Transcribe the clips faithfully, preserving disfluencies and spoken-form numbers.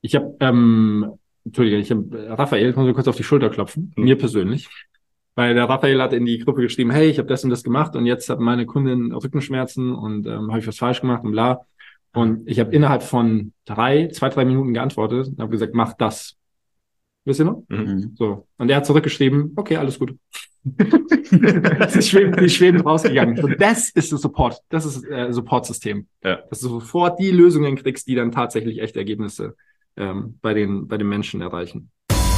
Ich habe, ähm, Entschuldige, ich habe Raphael, muss ich kurz auf die Schulter klopfen, mhm. mir persönlich. Weil der Raphael hat in die Gruppe geschrieben, hey, ich habe das und das gemacht und jetzt hat meine Kundin Rückenschmerzen und ähm, habe ich was falsch gemacht und bla. Und ich habe innerhalb von drei, zwei, drei Minuten geantwortet und habe gesagt, mach das. Wisst ihr noch? Mhm. So. Und er hat zurückgeschrieben, okay, alles gut. die Schweden, die Schweden rausgegangen. Und das ist das Support. Das ist äh, Support-System. Ja. Dass du sofort die Lösungen kriegst, die dann tatsächlich echte Ergebnisse ähm, bei den, bei den Menschen erreichen.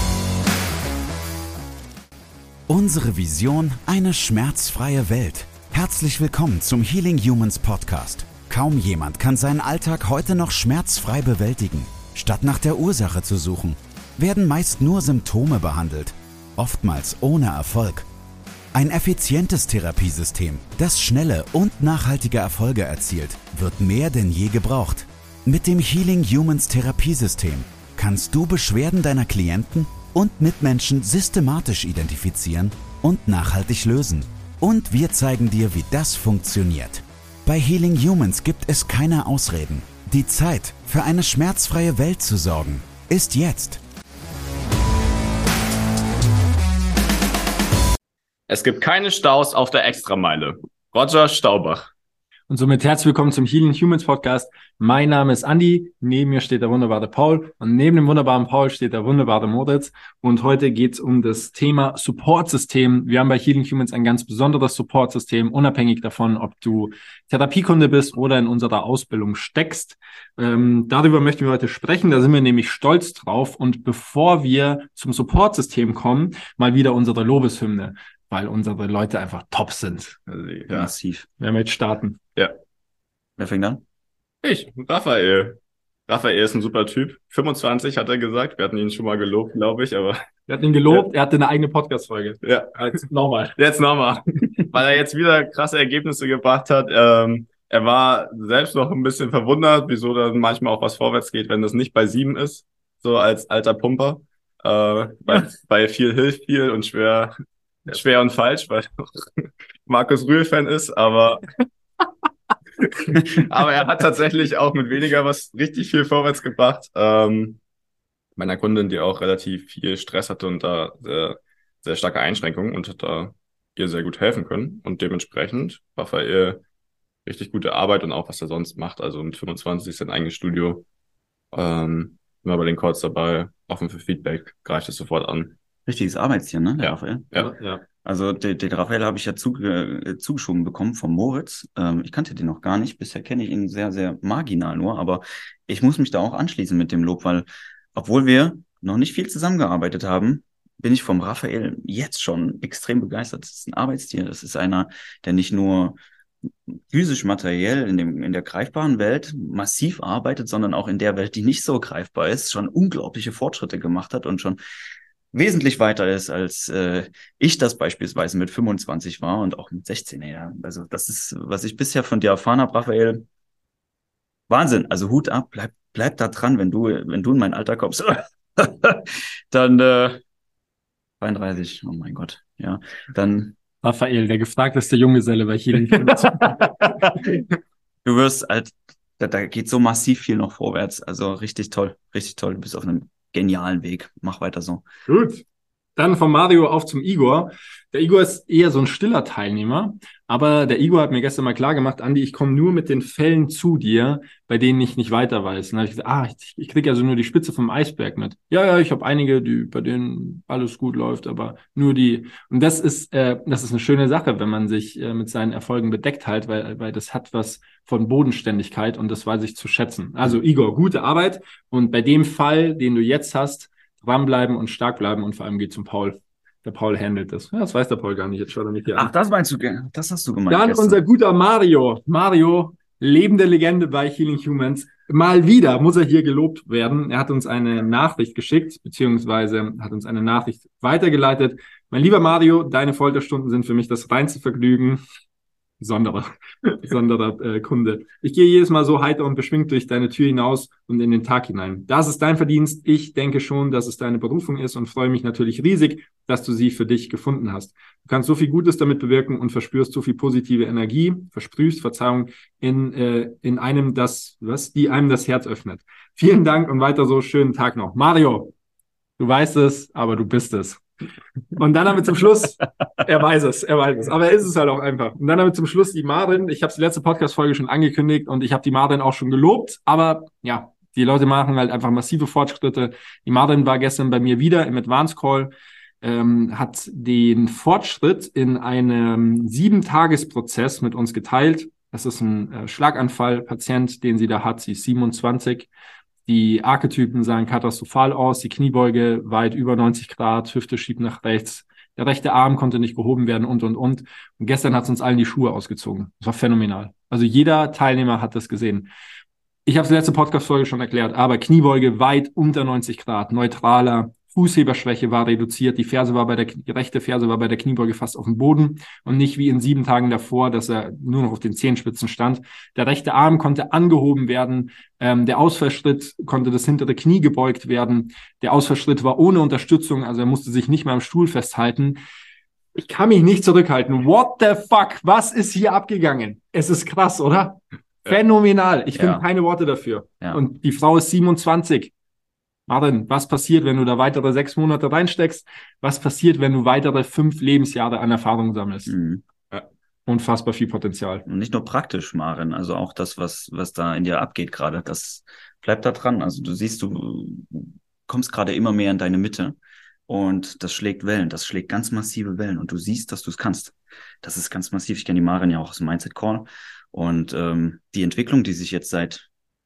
Unsere Vision, eine schmerzfreie Welt. Herzlich willkommen zum Healing Humans Podcast. Kaum jemand kann seinen Alltag heute noch schmerzfrei bewältigen. Statt nach der Ursache zu suchen, werden meist nur Symptome behandelt, oftmals ohne Erfolg. Ein effizientes Therapiesystem, das schnelle und nachhaltige Erfolge erzielt, wird mehr denn je gebraucht. Mit dem Healing Humans Therapiesystem kannst du Beschwerden deiner Klienten und Mitmenschen systematisch identifizieren und nachhaltig lösen. Und wir zeigen dir, wie das funktioniert. Bei Healing Humans gibt es keine Ausreden. Die Zeit, für eine schmerzfreie Welt zu sorgen, ist jetzt. Es gibt keine Staus auf der Extrameile. Roger Staubach. Und somit herzlich willkommen zum Healing Humans Podcast. Mein Name ist Andi, neben mir steht der wunderbare Paul und neben dem wunderbaren Paul steht der wunderbare Moritz. Und heute geht es um das Thema Support-System. Wir haben bei Healing Humans ein ganz besonderes Support-System, unabhängig davon, ob du Therapiekunde bist oder in unserer Ausbildung steckst. Ähm, darüber möchten wir heute sprechen, da sind wir nämlich stolz drauf. Und bevor wir zum Support-System kommen, mal wieder unsere Lobeshymne, weil unsere Leute einfach top sind. Also, ja. Massiv. Werden wir jetzt starten. Ja. Wer fängt an? Ich, Raphael. Raphael ist ein super Typ. fünfundzwanzig hat er gesagt. Wir hatten ihn schon mal gelobt, glaube ich, aber... Wir hatten ihn gelobt, ja. Er hatte eine eigene Podcast-Folge. Ja. Jetzt nochmal. Jetzt nochmal. Weil er jetzt wieder krasse Ergebnisse gebracht hat. Ähm, er war selbst noch ein bisschen verwundert, wieso dann manchmal auch was vorwärts geht, wenn das nicht bei sieben ist. So als alter Pumper. Äh, bei, bei viel hilft viel und schwer... Schwer und falsch, weil Markus Rühl-Fan ist, aber aber er hat tatsächlich auch mit weniger was richtig viel vorwärts gebracht. Ähm, meiner Kundin, die auch relativ viel Stress hatte und da sehr, sehr starke Einschränkungen und hat da ihr sehr gut helfen können. Und dementsprechend Raphael richtig gute Arbeit und auch, was er sonst macht. Also mit fünfundzwanzig ist sein eigenes Studio. Ähm, immer bei den Calls dabei, offen für Feedback, greift es sofort an. Richtiges Arbeitstier, ne, der ja. Raphael? Ja, ja. Also den, den Raphael habe ich ja zuge, zugeschoben bekommen von Moritz. Ähm, ich kannte den noch gar nicht. Bisher kenne ich ihn sehr, sehr marginal nur. Aber ich muss mich da auch anschließen mit dem Lob, weil obwohl wir noch nicht viel zusammengearbeitet haben, bin ich vom Raphael jetzt schon extrem begeistert. Das ist ein Arbeitstier. Das ist einer, der nicht nur physisch materiell in dem in der greifbaren Welt massiv arbeitet, sondern auch in der Welt, die nicht so greifbar ist, schon unglaubliche Fortschritte gemacht hat und schon wesentlich weiter ist, als äh, ich das beispielsweise mit fünfundzwanzig war und auch mit sechzehn. Ja. Also das ist, was ich bisher von dir erfahren habe, Raphael. Wahnsinn. Also Hut ab, bleib, bleib da dran, wenn du, wenn du in mein Alter kommst. Dann äh, zweiunddreißig, oh mein Gott. Ja, dann Raphael, der gefragteste Junggeselle bei Healing Humans. Du wirst halt, da, da geht so massiv viel noch vorwärts. Also richtig toll, richtig toll. Du bist auf einem genialen Weg. Mach weiter so. Gut. Dann von Mario auf zum Igor. Der Igor ist eher so ein stiller Teilnehmer, aber der Igor hat mir gestern mal klar gemacht, Andi, ich komme nur mit den Fällen zu dir, bei denen ich nicht weiter weiß. Und dann habe ich gesagt, ah, ich, ich kriege also nur die Spitze vom Eisberg mit. Ja, ja, ich habe einige, die, bei denen alles gut läuft, aber nur die. Und das ist, äh, das ist eine schöne Sache, wenn man sich äh, mit seinen Erfolgen bedeckt halt, weil, weil das hat was von Bodenständigkeit und das weiß ich zu schätzen. Also Igor, gute Arbeit. Und bei dem Fall, den du jetzt hast, dranbleiben und stark bleiben und vor allem geht zum Paul. Der Paul handelt das. Ja, das weiß der Paul gar nicht. Jetzt schaut er mich hier an. Ach, das meinst du, das hast du gemeint. Dann gestern. Unser guter Mario. Mario, lebende Legende bei Healing Humans. Mal wieder muss er hier gelobt werden. Er hat uns eine Nachricht geschickt, beziehungsweise hat uns eine Nachricht weitergeleitet. Mein lieber Mario, deine Folterstunden sind für mich das reinste Vergnügen. besonderer, besonderer äh, Kunde. Ich gehe jedes Mal so heiter und beschwingt durch deine Tür hinaus und in den Tag hinein. Das ist dein Verdienst. Ich denke schon, dass es deine Berufung ist und freue mich natürlich riesig, dass du sie für dich gefunden hast. Du kannst so viel Gutes damit bewirken und verspürst so viel positive Energie, versprühst, Verzeihung, in, äh, in einem das, was, die einem das Herz öffnet. Vielen Dank und weiter so. Schönen Tag noch. Mario, du weißt es, aber du bist es. Und dann haben wir zum Schluss, er weiß es, er weiß es, aber er ist es halt auch einfach. Und dann haben wir zum Schluss die Marin, ich habe es die letzte Podcast-Folge schon angekündigt und ich habe die Marin auch schon gelobt, aber ja, die Leute machen halt einfach massive Fortschritte. Die Marin war gestern bei mir wieder im Advanced Call, ähm, hat den Fortschritt in einem Sieben-Tages-Prozess mit uns geteilt. Das ist ein äh, Schlaganfall-Patient, den sie da hat, sie ist siebenundzwanzig. Die Archetypen sahen katastrophal aus, die Kniebeuge weit über neunzig Grad, Hüfte schiebt nach rechts, der rechte Arm konnte nicht gehoben werden und, und, und. Und gestern hat es uns allen die Schuhe ausgezogen. Das war phänomenal. Also jeder Teilnehmer hat das gesehen. Ich habe es in der letzten Podcast-Folge schon erklärt, aber Kniebeuge weit unter neunzig Grad, neutraler, Fußheberschwäche war reduziert, die Ferse war bei der, die rechte Ferse war bei der Kniebeuge fast auf dem Boden und nicht wie in sieben Tagen davor, dass er nur noch auf den Zehenspitzen stand. Der rechte Arm konnte angehoben werden, ähm, der Ausfallschritt konnte das hintere Knie gebeugt werden, der Ausfallschritt war ohne Unterstützung, also er musste sich nicht mehr am Stuhl festhalten. Ich kann mich nicht zurückhalten. What the fuck? Was ist hier abgegangen? Es ist krass, oder? Ja. Phänomenal. Ich finde ja. keine Worte dafür. Ja. Und die Frau ist siebenundzwanzig. Marin, was passiert, wenn du da weitere sechs Monate reinsteckst? Was passiert, wenn du weitere fünf Lebensjahre an Erfahrung sammelst? Mhm. Ja. Unfassbar viel Potenzial. Und nicht nur praktisch, Marin, also auch das, was, was da in dir abgeht gerade, das bleibt da dran. Also du siehst, du kommst gerade immer mehr in deine Mitte und das schlägt Wellen, das schlägt ganz massive Wellen und du siehst, dass du es kannst. Das ist ganz massiv. Ich kenne die Marin ja auch aus dem Mindset Call und ähm, die Entwicklung, die sich jetzt seit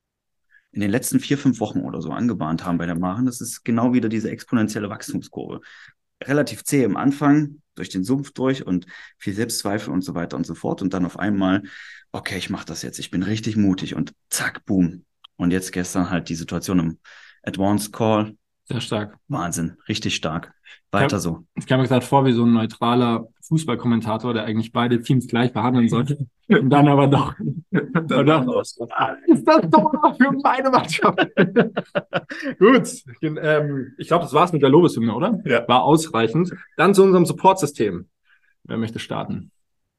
in den letzten vier, fünf Wochen oder so angebahnt haben bei der Maren, das ist genau wieder diese exponentielle Wachstumskurve. Relativ zäh am Anfang, durch den Sumpf durch und viel Selbstzweifel und so weiter und so fort. Und dann auf einmal, okay, ich mache das jetzt, ich bin richtig mutig und zack, boom. Und jetzt gestern halt die Situation im Advanced Call. Sehr stark. Wahnsinn, richtig stark. Weiter ich so. Ich kam mir gerade vor wie so ein neutraler Fußballkommentator, der eigentlich beide Teams gleich behandeln sollte. Und dann aber doch. Dann doch ist das doch für meine Mannschaft. Gut. Ähm, ich glaube, das war's mit der Lobeshymne, oder? Ja. War ausreichend. Dann zu unserem Support-System. Wer möchte starten?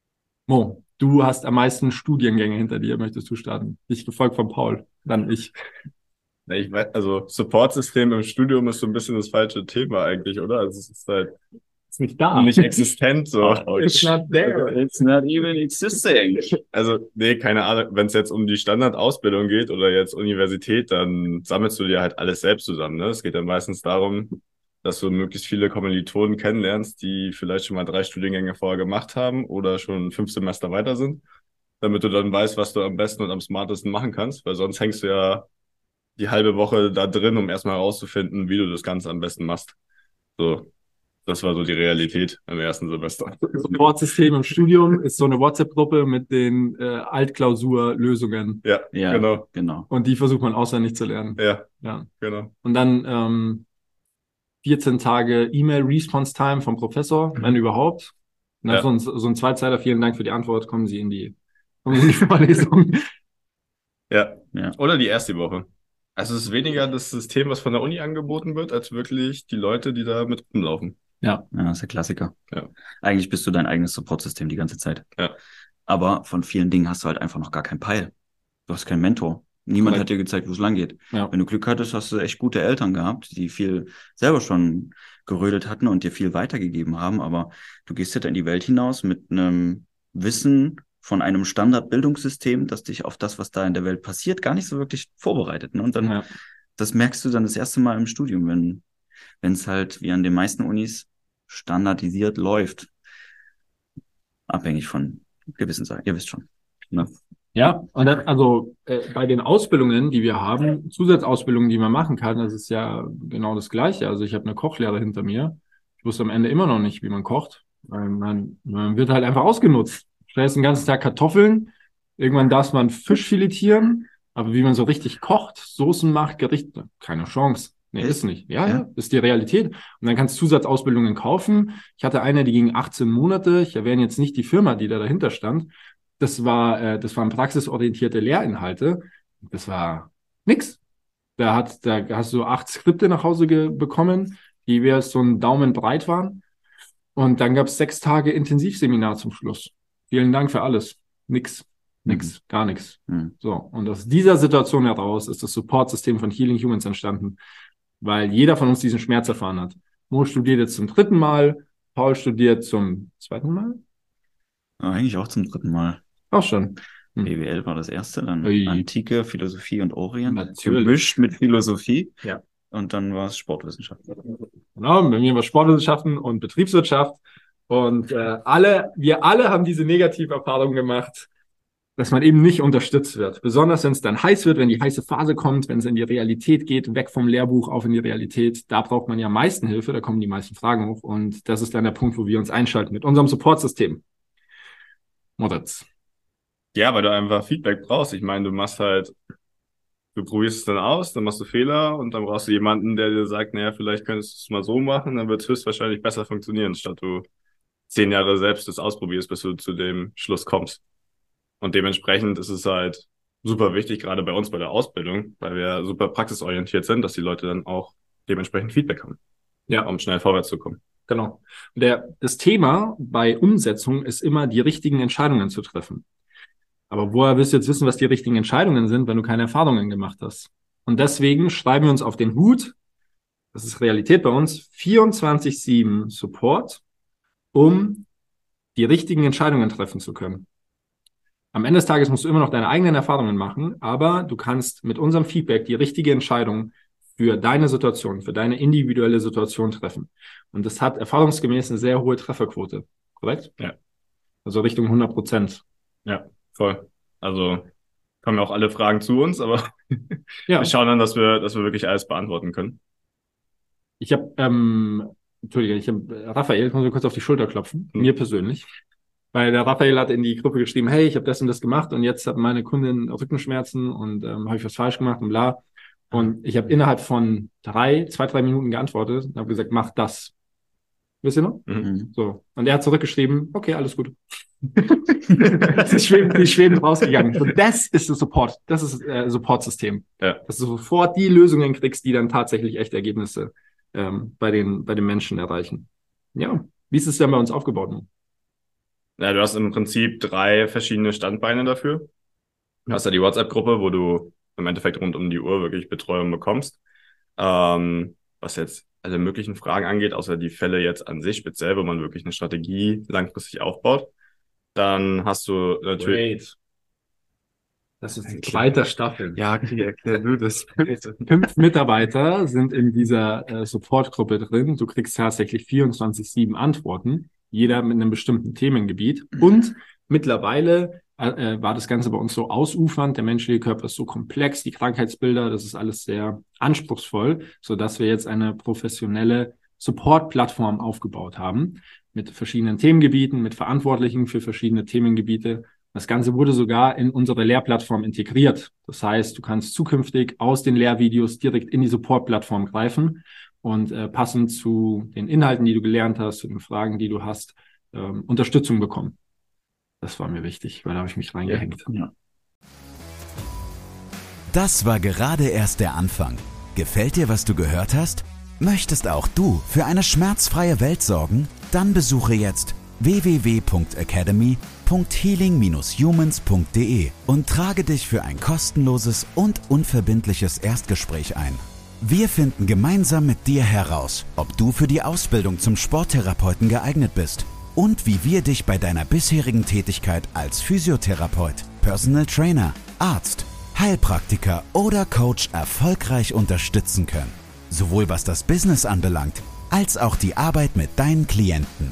Mo, du hast am meisten Studiengänge hinter dir. Möchtest du starten? Ich gefolgt von Paul. Dann ich. Ich weiß, also Supportsystem im Studium ist so ein bisschen das falsche Thema eigentlich, oder? Also es ist halt ist nicht da. Nicht existent so. Oh, it's not there. It's not even existing. Also, nee, keine Ahnung. Wenn es jetzt um die Standardausbildung geht oder jetzt Universität, dann sammelst du dir halt alles selbst zusammen. Ne? Es geht dann meistens darum, dass du möglichst viele Kommilitonen kennenlernst, die vielleicht schon mal drei Studiengänge vorher gemacht haben oder schon fünf Semester weiter sind, damit du dann weißt, was du am besten und am smartesten machen kannst, weil sonst hängst du ja die halbe Woche da drin, um erstmal herauszufinden, wie du das Ganze am besten machst. So, das war so die Realität im ersten Semester. Das Supportsystem im Studium ist so eine WhatsApp-Gruppe mit den äh, Altklausur-Lösungen. Ja, ja, genau. genau. Und die versucht man auswendig zu lernen. Ja, ja. genau. Und dann ähm, vierzehn Tage E-Mail-Response-Time vom Professor, wenn überhaupt. Und dann ja. so, ein, so ein Zweizeiler, vielen Dank für die Antwort, kommen Sie in die, kommen Sie in die Vorlesung. Ja. ja, oder die erste Woche. Also es ist weniger das System, was von der Uni angeboten wird, als wirklich die Leute, die da mit rumlaufen. Ja, ja, das ist der Klassiker. Ja. Eigentlich bist du dein eigenes Supportsystem die ganze Zeit. Ja. Aber von vielen Dingen hast du halt einfach noch gar keinen Peil. Du hast keinen Mentor. Niemand Correct. Hat dir gezeigt, wo es lang geht. Ja. Wenn du Glück hattest, hast du echt gute Eltern gehabt, die viel selber schon gerödelt hatten und dir viel weitergegeben haben. Aber du gehst halt in die Welt hinaus mit einem Wissen von einem Standardbildungssystem, das dich auf das, was da in der Welt passiert, gar nicht so wirklich vorbereitet. Ne? Und dann, ja. das merkst du dann das erste Mal im Studium, wenn wenn es halt wie an den meisten Unis standardisiert läuft. Abhängig von gewissen Sachen. Ihr wisst schon. Ne? Ja, und dann, also äh, bei den Ausbildungen, die wir haben, Zusatzausbildungen, die man machen kann, das ist ja genau das Gleiche. Also ich habe eine Kochlehre hinter mir. Ich wusste am Ende immer noch nicht, wie man kocht. Man, man wird halt einfach ausgenutzt. Stellst den ganzen Tag Kartoffeln, irgendwann darf man Fisch filetieren, aber wie man so richtig kocht, Soßen macht, Gerichte, keine Chance. Nee, ist nicht. Ja, ja, ist die Realität. Und dann kannst du Zusatzausbildungen kaufen. Ich hatte eine, die ging achtzehn Monate. Ich erwähne jetzt nicht die Firma, die da dahinter stand. das war, äh, das waren praxisorientierte Lehrinhalte. Das war nix. Da hat, da hast du acht Skripte nach Hause ge- bekommen, die wir so einen Daumen breit waren. Und dann gab es sechs Tage Intensivseminar zum Schluss. Vielen Dank für alles. Nix, nix, gar nichts. Mhm. So. Und aus dieser Situation heraus ist das Supportsystem von Healing Humans entstanden, weil jeder von uns diesen Schmerz erfahren hat. Mo studiert jetzt zum dritten Mal, Paul studiert zum zweiten Mal. Ja, eigentlich auch zum dritten Mal. Auch schon. Hm. B W L war das erste, dann Ui. Antike, Philosophie und Orient. Natürlich. Gemischt mit Philosophie. Ja. Und dann war es Sportwissenschaft. Genau, bei mir war Sportwissenschaften und Betriebswirtschaft. Und äh, alle, wir alle haben diese Negativerfahrung gemacht, dass man eben nicht unterstützt wird. Besonders wenn es dann heiß wird, wenn die heiße Phase kommt, wenn es in die Realität geht, weg vom Lehrbuch auf in die Realität. Da braucht man ja am meisten Hilfe, da kommen die meisten Fragen hoch. Und das ist dann der Punkt, wo wir uns einschalten mit unserem Supportsystem. Moritz. Ja, weil du einfach Feedback brauchst. Ich meine, du machst halt, du probierst es dann aus, dann machst du Fehler und dann brauchst du jemanden, der dir sagt, naja, vielleicht könntest du es mal so machen, dann wird es höchstwahrscheinlich besser funktionieren, statt du zehn Jahre selbst das ausprobierst, bis du zu dem Schluss kommst. Und dementsprechend ist es halt super wichtig, gerade bei uns bei der Ausbildung, weil wir super praxisorientiert sind, dass die Leute dann auch dementsprechend Feedback haben, Ja, um schnell vorwärts zu kommen. genau. Der, das Thema bei Umsetzung ist immer, die richtigen Entscheidungen zu treffen. Aber woher willst du jetzt wissen, was die richtigen Entscheidungen sind, wenn du keine Erfahrungen gemacht hast? Und deswegen schreiben wir uns auf den Hut, das ist Realität bei uns, vierundzwanzig sieben Support, um die richtigen Entscheidungen treffen zu können. Am Ende des Tages musst du immer noch deine eigenen Erfahrungen machen, aber du kannst mit unserem Feedback die richtige Entscheidung für deine Situation, für deine individuelle Situation treffen. Und das hat erfahrungsgemäß eine sehr hohe Trefferquote, korrekt? Ja. Also Richtung hundert Prozent. Ja, voll. Also kommen ja auch alle Fragen zu uns, aber Ja. wir schauen dann, dass wir, dass wir wirklich alles beantworten können. Ich habe, ähm, Entschuldige, ich habe Raphael, muss ich kurz auf die Schulter klopfen, Hm. mir persönlich. Weil der Raphael hat in die Gruppe geschrieben, hey, ich habe das und das gemacht und jetzt hat meine Kundin Rückenschmerzen und ähm, habe ich was falsch gemacht und bla. Und ich habe innerhalb von drei, zwei, drei Minuten geantwortet und habe gesagt, mach das. Wisst ihr noch? Mhm. So. Und er hat zurückgeschrieben, okay, alles gut. Sie ist schwebend, sie ist schwebend rausgegangen. Und das ist das Support, das ist äh, Support-System. Ja. Dass du sofort die Lösungen kriegst, die dann tatsächlich echte Ergebnisse ähm, bei den, bei den Menschen erreichen. Ja. Wie ist es denn bei uns aufgebaut? Ja, du hast im Prinzip drei verschiedene Standbeine dafür. Du hast ja die WhatsApp-Gruppe, wo du im Endeffekt rund um die Uhr wirklich Betreuung bekommst. Ähm, was jetzt alle möglichen Fragen angeht, außer die Fälle jetzt an sich speziell, wo man wirklich eine Strategie langfristig aufbaut. Dann hast du natürlich... Wait. Das ist die zweite Staffel. Ja, okay, erklär du das. Fünf Mitarbeiter sind in dieser äh, Support-Gruppe drin. Du kriegst tatsächlich vierundzwanzig sieben Antworten, jeder mit einem bestimmten Themengebiet. Und mittlerweile äh, äh, war das Ganze bei uns so ausufernd. Der menschliche Körper ist so komplex, die Krankheitsbilder, das ist alles sehr anspruchsvoll, sodass wir jetzt eine professionelle Support-Plattform aufgebaut haben mit verschiedenen Themengebieten, mit Verantwortlichen für verschiedene Themengebiete. Das Ganze wurde sogar in unsere Lehrplattform integriert. Das heißt, du kannst zukünftig aus den Lehrvideos direkt in die Support-Plattform greifen und äh, passend zu den Inhalten, die du gelernt hast, zu den Fragen, die du hast, ähm, Unterstützung bekommen. Das war mir wichtig, weil da habe ich mich reingehängt. Ja. Das war gerade erst der Anfang. Gefällt dir, was du gehört hast? Möchtest auch du für eine schmerzfreie Welt sorgen? Dann besuche jetzt w w w punkt academy punkt healing dash humans punkt d e und trage dich für ein kostenloses und unverbindliches Erstgespräch ein. Wir finden gemeinsam mit dir heraus, ob du für die Ausbildung zum Sporttherapeuten geeignet bist und wie wir dich bei deiner bisherigen Tätigkeit als Physiotherapeut, Personal Trainer, Arzt, Heilpraktiker oder Coach erfolgreich unterstützen können. Sowohl was das Business anbelangt, als auch die Arbeit mit deinen Klienten.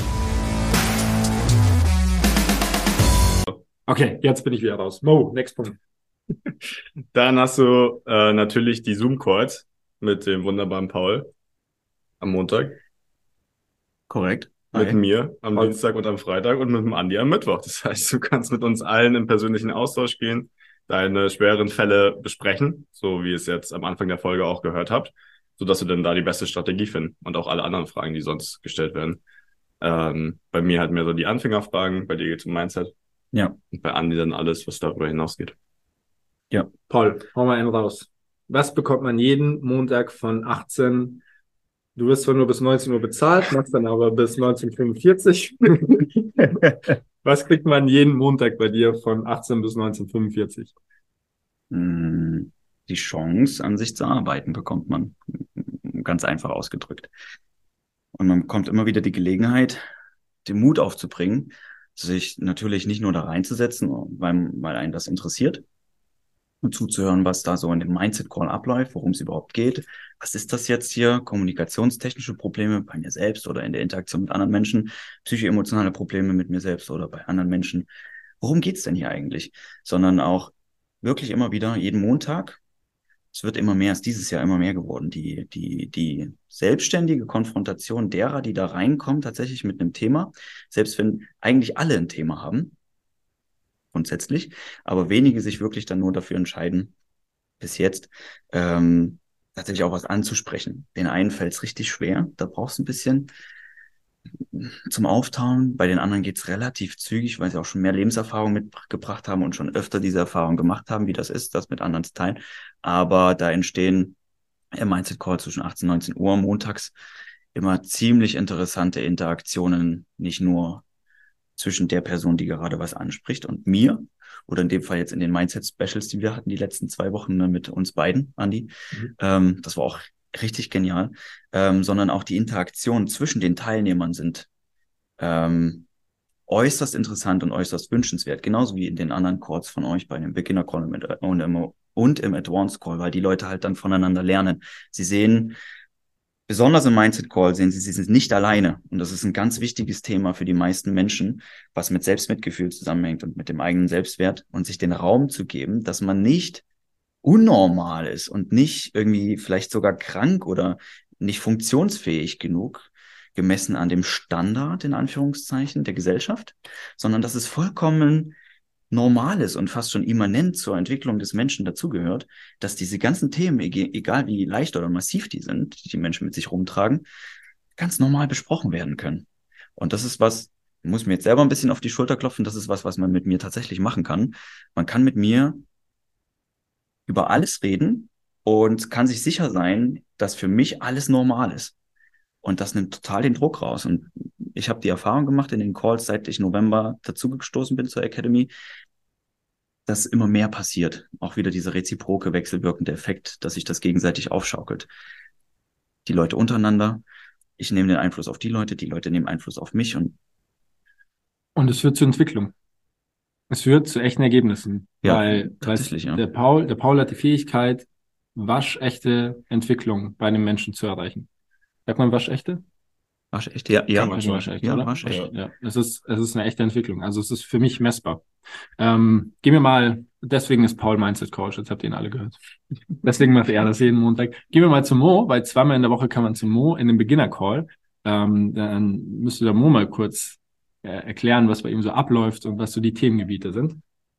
Okay, jetzt bin ich wieder raus. Mo, next Punkt. Dann hast du äh, natürlich die Zoom-Calls mit dem wunderbaren Paul am Montag, Korrekt. mit Hi. mir am Paul. Dienstag und am Freitag und mit dem Andi am Mittwoch. Das heißt, du kannst mit uns allen im persönlichen Austausch gehen, deine schweren Fälle besprechen, so wie ihr es jetzt am Anfang der Folge auch gehört habt, sodass wir dann da die beste Strategie finden und auch alle anderen Fragen, die sonst gestellt werden. Ähm, bei mir halt mehr so die Anfängerfragen, bei dir geht's um Mindset. Ja. Und bei Andi dann alles, was darüber hinausgeht. Ja. Paul, hau mal einen raus. Was bekommt man jeden Montag von achtzehn? Du wirst zwar nur bis neunzehn Uhr bezahlt, machst dann aber bis neunzehn Uhr fünfundvierzig. Was kriegt man jeden Montag bei dir von achtzehn bis neunzehn Uhr fünfundvierzig? Die Chance, an sich zu arbeiten, bekommt man. Ganz einfach ausgedrückt. Und man bekommt immer wieder die Gelegenheit, den Mut aufzubringen, sich natürlich nicht nur da reinzusetzen, weil, weil einen das interessiert, und zuzuhören, was da so in dem Mindset-Call abläuft, worum es überhaupt geht. Was ist das jetzt hier? Kommunikationstechnische Probleme bei mir selbst oder in der Interaktion mit anderen Menschen, psychoemotionale Probleme mit mir selbst oder bei anderen Menschen. Worum geht's denn hier eigentlich? Sondern auch wirklich immer wieder, jeden Montag, es wird immer mehr, ist dieses Jahr immer mehr geworden, die, die, die selbstständige Konfrontation derer, die da reinkommen, tatsächlich mit einem Thema, selbst wenn eigentlich alle ein Thema haben, grundsätzlich, aber wenige sich wirklich dann nur dafür entscheiden, bis jetzt ähm, tatsächlich auch was anzusprechen. Den einen fällt es richtig schwer, da brauchst du ein bisschen zum Auftauen. Bei den anderen geht's relativ zügig, weil sie auch schon mehr Lebenserfahrung mitgebracht haben und schon öfter diese Erfahrung gemacht haben, wie das ist, das mit anderen zu teilen. Aber da entstehen im Mindset-Call zwischen achtzehn und neunzehn Uhr montags immer ziemlich interessante Interaktionen, nicht nur zwischen der Person, die gerade was anspricht und mir, oder in dem Fall jetzt in den Mindset-Specials, die wir hatten die letzten zwei Wochen, ne, mit uns beiden, Andi. Mhm. Ähm, das war auch richtig genial, ähm, sondern auch die Interaktion zwischen den Teilnehmern sind ähm, äußerst interessant und äußerst wünschenswert, genauso wie in den anderen Calls von euch, bei dem Beginner-Call und im, und im Advanced-Call, weil die Leute halt dann voneinander lernen. Sie sehen, besonders im Mindset-Call sehen Sie, Sie sind nicht alleine. Und das ist ein ganz wichtiges Thema für die meisten Menschen, was mit Selbstmitgefühl zusammenhängt und mit dem eigenen Selbstwert und sich den Raum zu geben, dass man nicht unnormal ist und nicht irgendwie vielleicht sogar krank oder nicht funktionsfähig genug, gemessen an dem Standard, in Anführungszeichen, der Gesellschaft, sondern dass es vollkommen normal ist und fast schon immanent zur Entwicklung des Menschen dazugehört, dass diese ganzen Themen, egal wie leicht oder massiv die sind, die die Menschen mit sich rumtragen, ganz normal besprochen werden können. Und das ist was, ich muss mir jetzt selber ein bisschen auf die Schulter klopfen, das ist was, was man mit mir tatsächlich machen kann. Man kann mit mir über alles reden und kann sich sicher sein, dass für mich alles normal ist. Und das nimmt total den Druck raus. Und ich habe die Erfahrung gemacht in den Calls, seit ich November dazugestoßen bin zur Academy, dass immer mehr passiert. Auch wieder dieser reziproke, wechselwirkende Effekt, dass sich das gegenseitig aufschaukelt. Die Leute untereinander, ich nehme den Einfluss auf die Leute, die Leute nehmen Einfluss auf mich. Und, und es führt zur Entwicklung. Es führt zu echten Ergebnissen. Ja, weil tatsächlich, ja. Der Paul, der Paul hat die Fähigkeit, waschechte Entwicklung bei einem Menschen zu erreichen. Sagt man waschechte? Waschechte, ja. Ja, waschechte, waschechte, ja, oder? waschechte. Ja, es ist, es ist eine echte Entwicklung. Also es ist für mich messbar. Ähm, gehen wir mal, deswegen ist Paul Mindset Coach, jetzt habt ihr ihn alle gehört. Deswegen macht er das jeden Montag. Gehen wir mal zum Mo, weil zweimal in der Woche kann man zum Mo in den Beginner Call. Ähm, dann müsste der Mo mal kurz äh, erklären, was bei ihm so abläuft und was so die Themengebiete sind.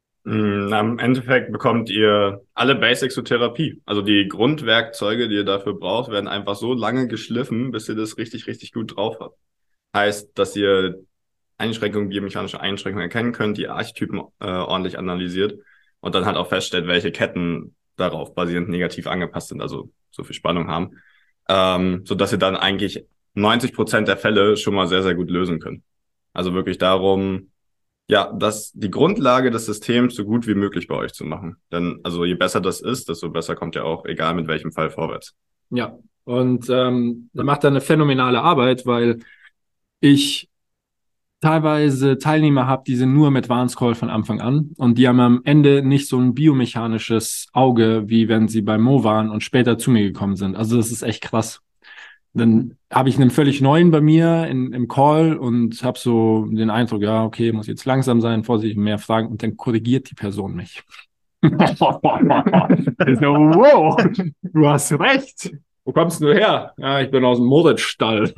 Im Endeffekt bekommt ihr alle Basics zur Therapie. Also die Grundwerkzeuge, die ihr dafür braucht, werden einfach so lange geschliffen, bis ihr das richtig, richtig gut drauf habt. Heißt, dass ihr Einschränkungen, biomechanische Einschränkungen erkennen könnt, die Archetypen äh, ordentlich analysiert und dann halt auch feststellt, welche Ketten darauf basierend negativ angepasst sind, also so viel Spannung haben, ähm, sodass ihr dann eigentlich neunzig Prozent der Fälle schon mal sehr, sehr gut lösen könnt. Also wirklich darum, ja, das die Grundlage des Systems so gut wie möglich bei euch zu machen. Denn also je besser das ist, desto besser kommt ihr auch, egal mit welchem Fall, vorwärts. Ja, und ähm, er macht da eine phänomenale Arbeit, weil ich teilweise Teilnehmer habe, die sind nur im Advanced Call von Anfang an und die haben am Ende nicht so ein biomechanisches Auge, wie wenn sie bei Mo waren und später zu mir gekommen sind. Also das ist echt krass. Dann habe ich einen völlig neuen bei mir in, im Call und habe so den Eindruck, ja, okay, muss jetzt langsam sein, vorsichtig, mehr fragen und dann korrigiert die Person mich. So, wow, du hast recht. Wo kommst du her? Ja, ich bin aus dem Moritz-Stall.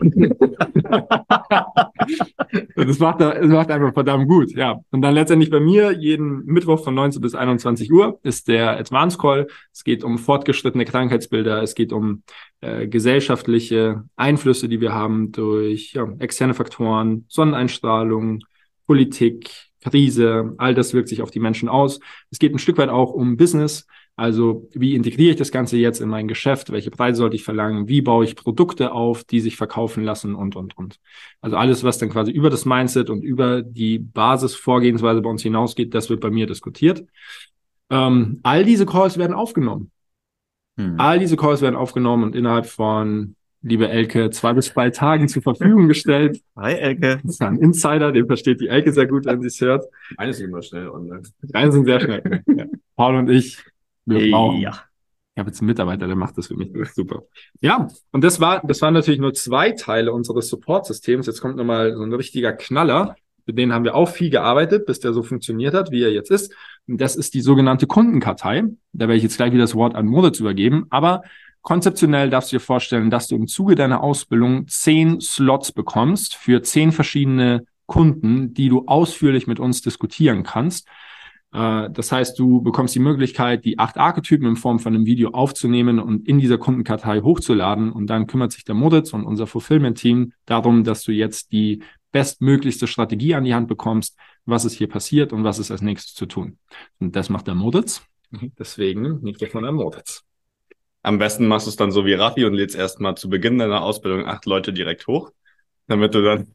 Das macht, das macht einfach verdammt gut, ja. Und dann letztendlich bei mir, jeden Mittwoch von neunzehn bis einundzwanzig Uhr ist der Advanced Call. Es geht um fortgeschrittene Krankheitsbilder, es geht um äh, gesellschaftliche Einflüsse, die wir haben durch ja, externe Faktoren, Sonneneinstrahlung, Politik, Krise, all das wirkt sich auf die Menschen aus. Es geht ein Stück weit auch um Business. Also wie integriere ich das Ganze jetzt in mein Geschäft? Welche Preise sollte ich verlangen? Wie baue ich Produkte auf, die sich verkaufen lassen und, und, und. Also alles, was dann quasi über das Mindset und über die Basisvorgehensweise bei uns hinausgeht, das wird bei mir diskutiert. Ähm, all diese Calls werden aufgenommen. Hm. All diese Calls werden aufgenommen und innerhalb von, liebe Elke, zwei bis drei Tagen zur Verfügung gestellt. Hi Elke. Das ist ein Insider, den versteht die Elke sehr gut, wenn sie es hört. Meine sind immer schnell online. Meine sind sehr schnell. Ja. Paul und ich, wir Hey, brauchen. ja. Ich habe jetzt einen Mitarbeiter, der macht das für mich. Das ist super. Ja, und das war, das waren natürlich nur zwei Teile unseres Support-Systems. Jetzt kommt nochmal so ein richtiger Knaller. Mit denen haben wir auch viel gearbeitet, bis der so funktioniert hat, wie er jetzt ist. Und das ist die sogenannte Kundenkartei. Da werde ich jetzt gleich wieder das Wort an Moritz übergeben. Aber konzeptionell darfst du dir vorstellen, dass du im Zuge deiner Ausbildung zehn Slots bekommst für zehn verschiedene Kunden, die du ausführlich mit uns diskutieren kannst. Das heißt, du bekommst die Möglichkeit, die acht Archetypen in Form von einem Video aufzunehmen und in dieser Kundenkartei hochzuladen. Und dann kümmert sich der Moritz und unser Fulfillment-Team darum, dass du jetzt die bestmöglichste Strategie an die Hand bekommst, was ist hier passiert und was ist als nächstes zu tun. Und das macht der Moritz. Deswegen nicht von der Moritz. Am besten machst du es dann so wie Raffi und lädst erstmal zu Beginn deiner Ausbildung acht Leute direkt hoch, damit du dann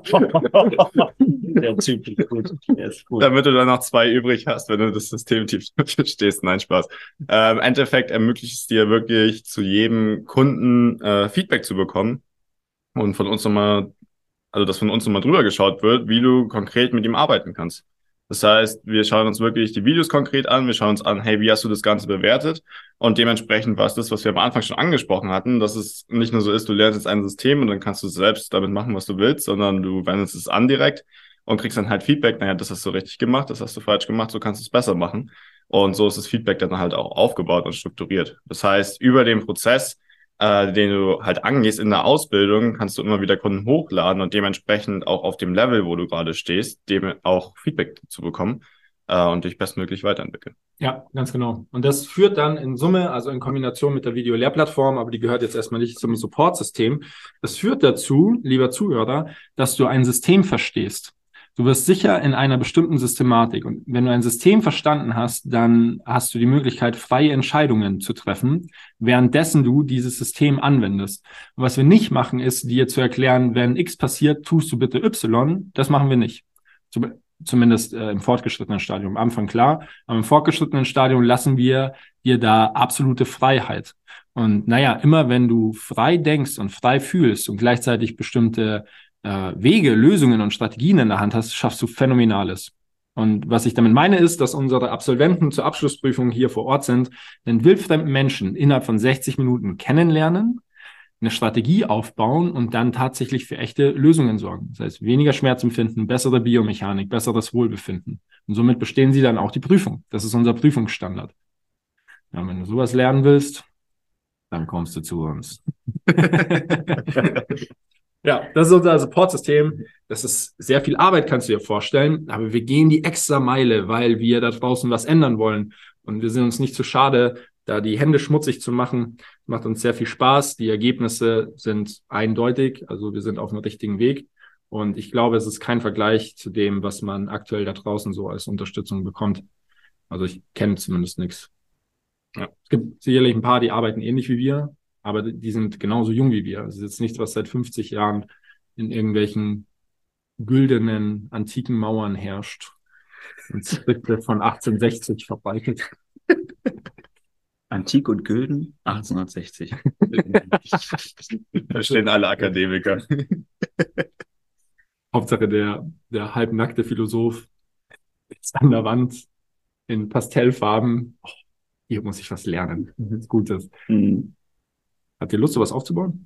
Der Typ ist gut. Der ist gut. damit du dann noch zwei übrig hast, wenn du das System tief verstehst. Nein, Spaß. Äh, Im Endeffekt ermöglicht es dir wirklich zu jedem Kunden äh, Feedback zu bekommen und von uns nochmal, also dass von uns nochmal drüber geschaut wird, wie du konkret mit ihm arbeiten kannst. Das heißt, wir schauen uns wirklich die Videos konkret an, wir schauen uns an, hey, wie hast du das Ganze bewertet? Und dementsprechend war es das, was wir am Anfang schon angesprochen hatten, dass es nicht nur so ist, du lernst jetzt ein System und dann kannst du selbst damit machen, was du willst, sondern du wendest es an direkt und kriegst dann halt Feedback, naja, das hast du richtig gemacht, das hast du falsch gemacht, so kannst du es besser machen. Und so ist das Feedback dann halt auch aufgebaut und strukturiert. Das heißt, über den Prozess, äh, den du halt angehst in der Ausbildung, kannst du immer wieder Kunden hochladen und dementsprechend auch auf dem Level, wo du gerade stehst, dem auch Feedback zu bekommen äh, und dich bestmöglich weiterentwickeln. Ja, ganz genau. Und das führt dann in Summe, also in Kombination mit der Video-Lehrplattform, aber die gehört jetzt erstmal nicht zum Support-System, das führt dazu, lieber Zuhörer, dass du ein System verstehst. Du wirst sicher in einer bestimmten Systematik. Und wenn du ein System verstanden hast, dann hast du die Möglichkeit, freie Entscheidungen zu treffen, währenddessen du dieses System anwendest. Und was wir nicht machen, ist, dir zu erklären, wenn X passiert, tust du bitte Y. Das machen wir nicht. Zumindest äh, im fortgeschrittenen Stadium. Am Anfang klar, aber im fortgeschrittenen Stadium lassen wir dir da absolute Freiheit. Und naja, immer wenn du frei denkst und frei fühlst und gleichzeitig bestimmte äh, Wege, Lösungen und Strategien in der Hand hast, schaffst du Phänomenales. Und was ich damit meine, ist, dass unsere Absolventen zur Abschlussprüfung hier vor Ort sind, den wildfremden Menschen innerhalb von sechzig Minuten kennenlernen, eine Strategie aufbauen und dann tatsächlich für echte Lösungen sorgen. Das heißt, weniger Schmerzempfinden, bessere Biomechanik, besseres Wohlbefinden. Und somit bestehen sie dann auch die Prüfung. Das ist unser Prüfungsstandard. Ja, wenn du sowas lernen willst, dann kommst du zu uns. Ja, das ist unser Supportsystem. Das ist sehr viel Arbeit, kannst du dir vorstellen. Aber wir gehen die extra Meile, weil wir da draußen was ändern wollen. Und wir sind uns nicht zu schade, da die Hände schmutzig zu machen. Macht uns sehr viel Spaß. Die Ergebnisse sind eindeutig. Also wir sind auf dem richtigen Weg. Und ich glaube, es ist kein Vergleich zu dem, was man aktuell da draußen so als Unterstützung bekommt. Also ich kenne zumindest nichts. Ja. Es gibt sicherlich ein paar, die arbeiten ähnlich wie wir, aber die sind genauso jung wie wir. Es ist jetzt nichts, was seit fünfzig Jahren in irgendwelchen güldenen, antiken Mauern herrscht und Skripte von achtzehnhundertsechzig verbreitet. Antik und Gülden, achtzehnhundertsechzig. Verstehen alle Akademiker. Hauptsache der, der halbnackte Philosoph ist an der Wand in Pastellfarben. Oh, hier muss ich was lernen. Das ist Gutes. Mhm. Habt ihr Lust, sowas aufzubauen?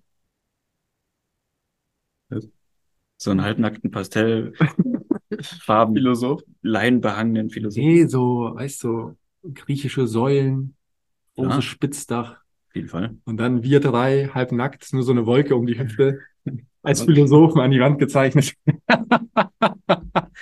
So einen halbnackten Pastellfarben, Philosoph. leinenbehangenen Philosoph. Nee, so, weißt du, griechische Säulen, großes Ja. Spitzdach. Auf jeden Fall. Und dann wir drei, halbnackt, nur so eine Wolke um die Hüfte, als Philosophen an die Wand gezeichnet.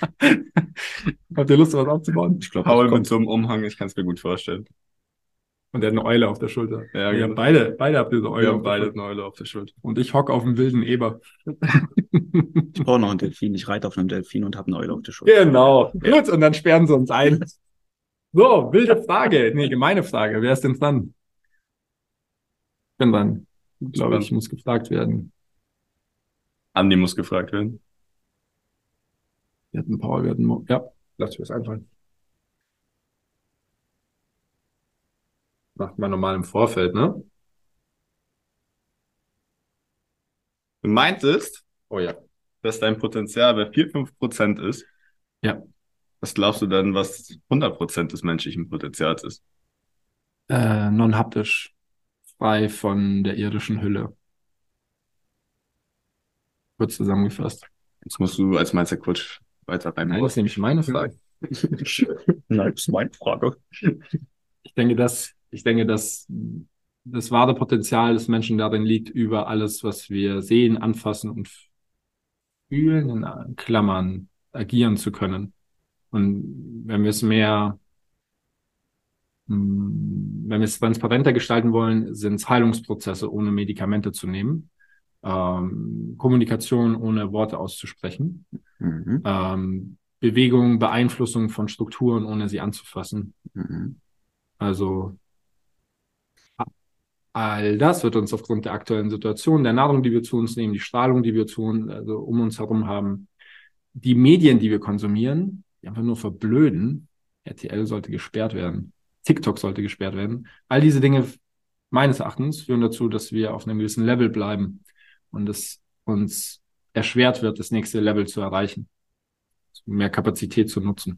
Habt ihr Lust, was aufzubauen? Ich glaube, Paul das mit kommt. so einem Umhang, ich kann es mir gut vorstellen. Und der hat eine Eule auf der Schulter. Ja, Wir genau. haben beide, beide habt ihr eine Eule Wir auf haben der beide Schulter. eine Eule auf der Schulter. Und ich hocke auf dem wilden Eber. Ich brauche noch einen Delfin. Ich reite auf einem Delfin und habe eine Eule auf der Schulter. Genau. Gut, und dann sperren sie uns ein. So, wilde Frage. Nee, gemeine Frage. Wer ist denn dran? Ich bin dran. Ich glaube, ich muss gefragt werden. Andi muss gefragt werden. Wir hatten Paul, wir hatten Mo. Ja, lass mir das einfallen. Macht man normal im Vorfeld, ne? Du meintest, Oh ja. dass dein Potenzial bei vier bis fünf Prozent ist. Ja. Was glaubst du denn, was hundert Prozent des menschlichen Potenzials ist? Äh, non-haptisch. Frei von der irdischen Hülle. Kurz zusammengefasst. Jetzt musst du als Mindset-Coach weiter rein. Nein, das ist nämlich meine Frage. Nein, das ist meine Frage. Ich denke, dass, ich denke, dass das wahre Potenzial des Menschen darin liegt, über alles, was wir sehen, anfassen und fühlen, in Klammern, agieren zu können. Und wenn wir es mehr, wenn wir es transparenter gestalten wollen, sind es Heilungsprozesse, ohne Medikamente zu nehmen. Ähm, Kommunikation, ohne Worte auszusprechen. Mhm. Ähm, Bewegung, Beeinflussung von Strukturen, ohne sie anzufassen. Mhm. Also all das wird uns aufgrund der aktuellen Situation, der Nahrung, die wir zu uns nehmen, die Strahlung, die wir zu uns, also um uns herum haben, die Medien, die wir konsumieren, die einfach nur verblöden. R T L sollte gesperrt werden. TikTok sollte gesperrt werden. All diese Dinge meines Erachtens führen dazu, dass wir auf einem gewissen Level bleiben und es uns erschwert wird, das nächste Level zu erreichen, mehr Kapazität zu nutzen.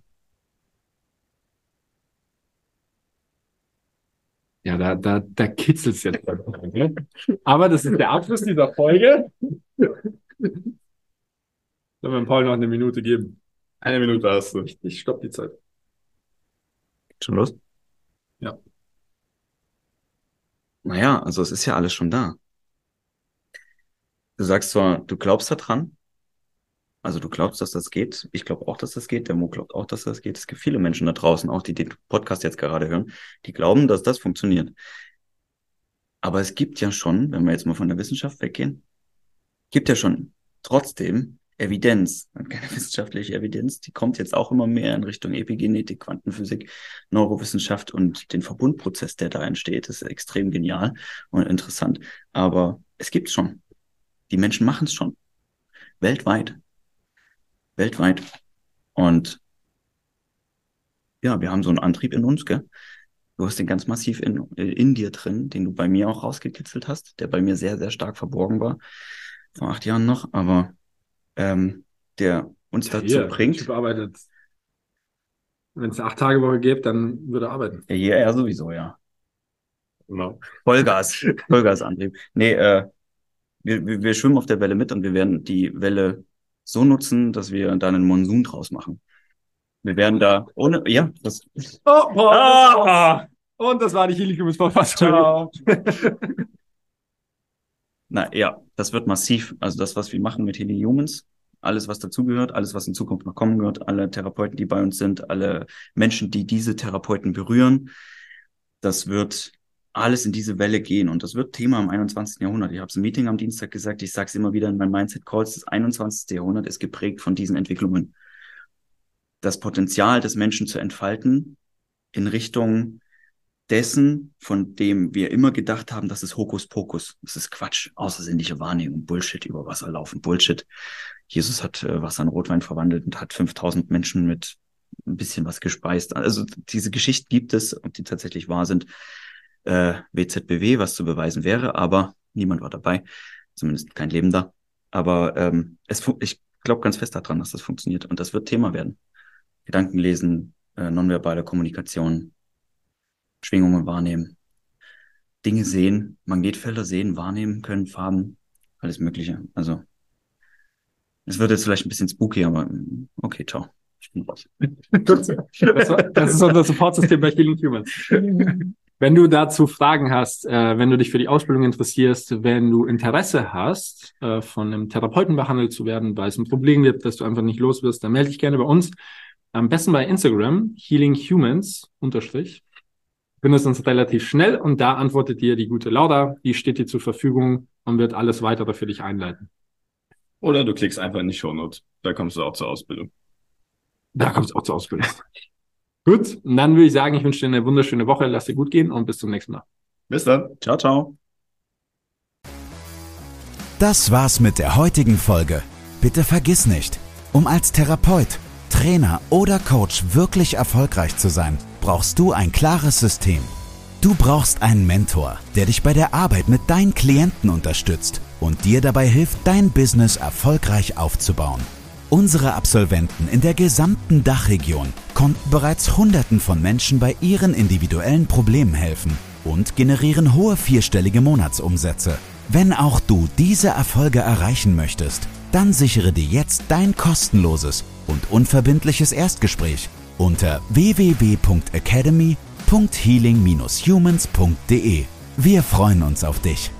Ja, da, da, da kitzelt es jetzt. Aber das ist der Abschluss dieser Folge. Sollen wir Paul noch eine Minute geben? Eine Minute hast du. Ich, ich stopp die Zeit. Schon los? Ja. Naja, also es ist ja alles schon da. Du sagst zwar, du glaubst daran, also du glaubst, dass das geht. Ich glaube auch, dass das geht. Der Mo glaubt auch, dass das geht. Es gibt viele Menschen da draußen, auch die den Podcast jetzt gerade hören, die glauben, dass das funktioniert. Aber es gibt ja schon, wenn wir jetzt mal von der Wissenschaft weggehen, gibt ja schon trotzdem Evidenz, keine wissenschaftliche Evidenz, die kommt jetzt auch immer mehr in Richtung Epigenetik, Quantenphysik, Neurowissenschaft und den Verbundprozess, der da entsteht, ist extrem genial und interessant. Aber es gibt's schon. Die Menschen machen es schon. Weltweit. Weltweit. Und ja, wir haben so einen Antrieb in uns, gell? Du hast den ganz massiv in, in dir drin, den du bei mir auch rausgekitzelt hast, der bei mir sehr, sehr stark verborgen war, vor acht Jahren noch, aber ähm, der uns dazu Hier, bringt. Der Typ arbeitet. Wenn es eine acht-Tage-Woche gibt, dann würde er arbeiten. Ja, hier ja sowieso, ja. Genau. Vollgas, Vollgasantrieb. Nee, äh, wir, wir, wir schwimmen auf der Welle mit und wir werden die Welle so nutzen, dass wir da einen Monsun draus machen. Wir werden da ohne, ja, das. Oh, Paul, Ah! Und das war die Healing Humans Podcast. Ciao. Na ja, das wird massiv. Also das, was wir machen mit Healing Humans, alles, was dazugehört, alles, was in Zukunft noch kommen wird, alle Therapeuten, die bei uns sind, alle Menschen, die diese Therapeuten berühren, das wird alles in diese Welle gehen. Und das wird Thema im einundzwanzigsten Jahrhundert. Ich habe es im Meeting am Dienstag gesagt, ich sage es immer wieder in meinen Mindset-Calls, das einundzwanzigste Jahrhundert ist geprägt von diesen Entwicklungen. Das Potenzial des Menschen zu entfalten in Richtung dessen, von dem wir immer gedacht haben, das ist Hokuspokus. Das ist Quatsch, außersinnliche Wahrnehmung, Bullshit, über Wasser laufen, Bullshit. Jesus hat äh, Wasser in Rotwein verwandelt und hat fünftausend Menschen mit ein bisschen was gespeist. Also diese Geschichten gibt es, ob die tatsächlich wahr sind. Äh, W Z B W, was zu beweisen wäre, aber niemand war dabei, zumindest kein Lebender. Aber ähm, es, ich glaube ganz fest daran, dass das funktioniert und das wird Thema werden. Gedankenlesen, äh, nonverbale Kommunikation, Schwingungen wahrnehmen, Dinge sehen, Magnetfelder sehen, wahrnehmen können, Farben, alles Mögliche. Also es wird jetzt vielleicht ein bisschen spooky, aber okay, ciao. Ich bin raus. Das, war, das ist unser Supportsystem bei Healing Humans. Wenn du dazu Fragen hast, äh, wenn du dich für die Ausbildung interessierst, wenn du Interesse hast, äh, von einem Therapeuten behandelt zu werden, weil es ein Problem gibt, dass du einfach nicht los wirst, dann melde dich gerne bei uns. Am besten bei Instagram, Healing Humans, Unterstrich. findest uns relativ schnell und da antwortet dir die gute Lauda, die steht dir zur Verfügung und wird alles weitere für dich einleiten. Oder du klickst einfach in die Shownotes, da kommst du auch zur Ausbildung. Da kommst du auch zur Ausbildung. Gut, und dann würde ich sagen, ich wünsche dir eine wunderschöne Woche, lass dir gut gehen und bis zum nächsten Mal. Bis dann. Ciao, ciao. Das war's mit der heutigen Folge. Bitte vergiss nicht, um als Therapeut, Trainer oder Coach wirklich erfolgreich zu sein, brauchst du ein klares System. Du brauchst einen Mentor, der dich bei der Arbeit mit deinen Klienten unterstützt und dir dabei hilft, dein Business erfolgreich aufzubauen. Unsere Absolventen in der gesamten Dachregion konnten bereits Hunderten von Menschen bei ihren individuellen Problemen helfen und generieren hohe vierstellige Monatsumsätze. Wenn auch du diese Erfolge erreichen möchtest, dann sichere dir jetzt dein kostenloses und unverbindliches Erstgespräch unter w w w punkt academy punkt healing dash humans punkt de. Wir freuen uns auf dich.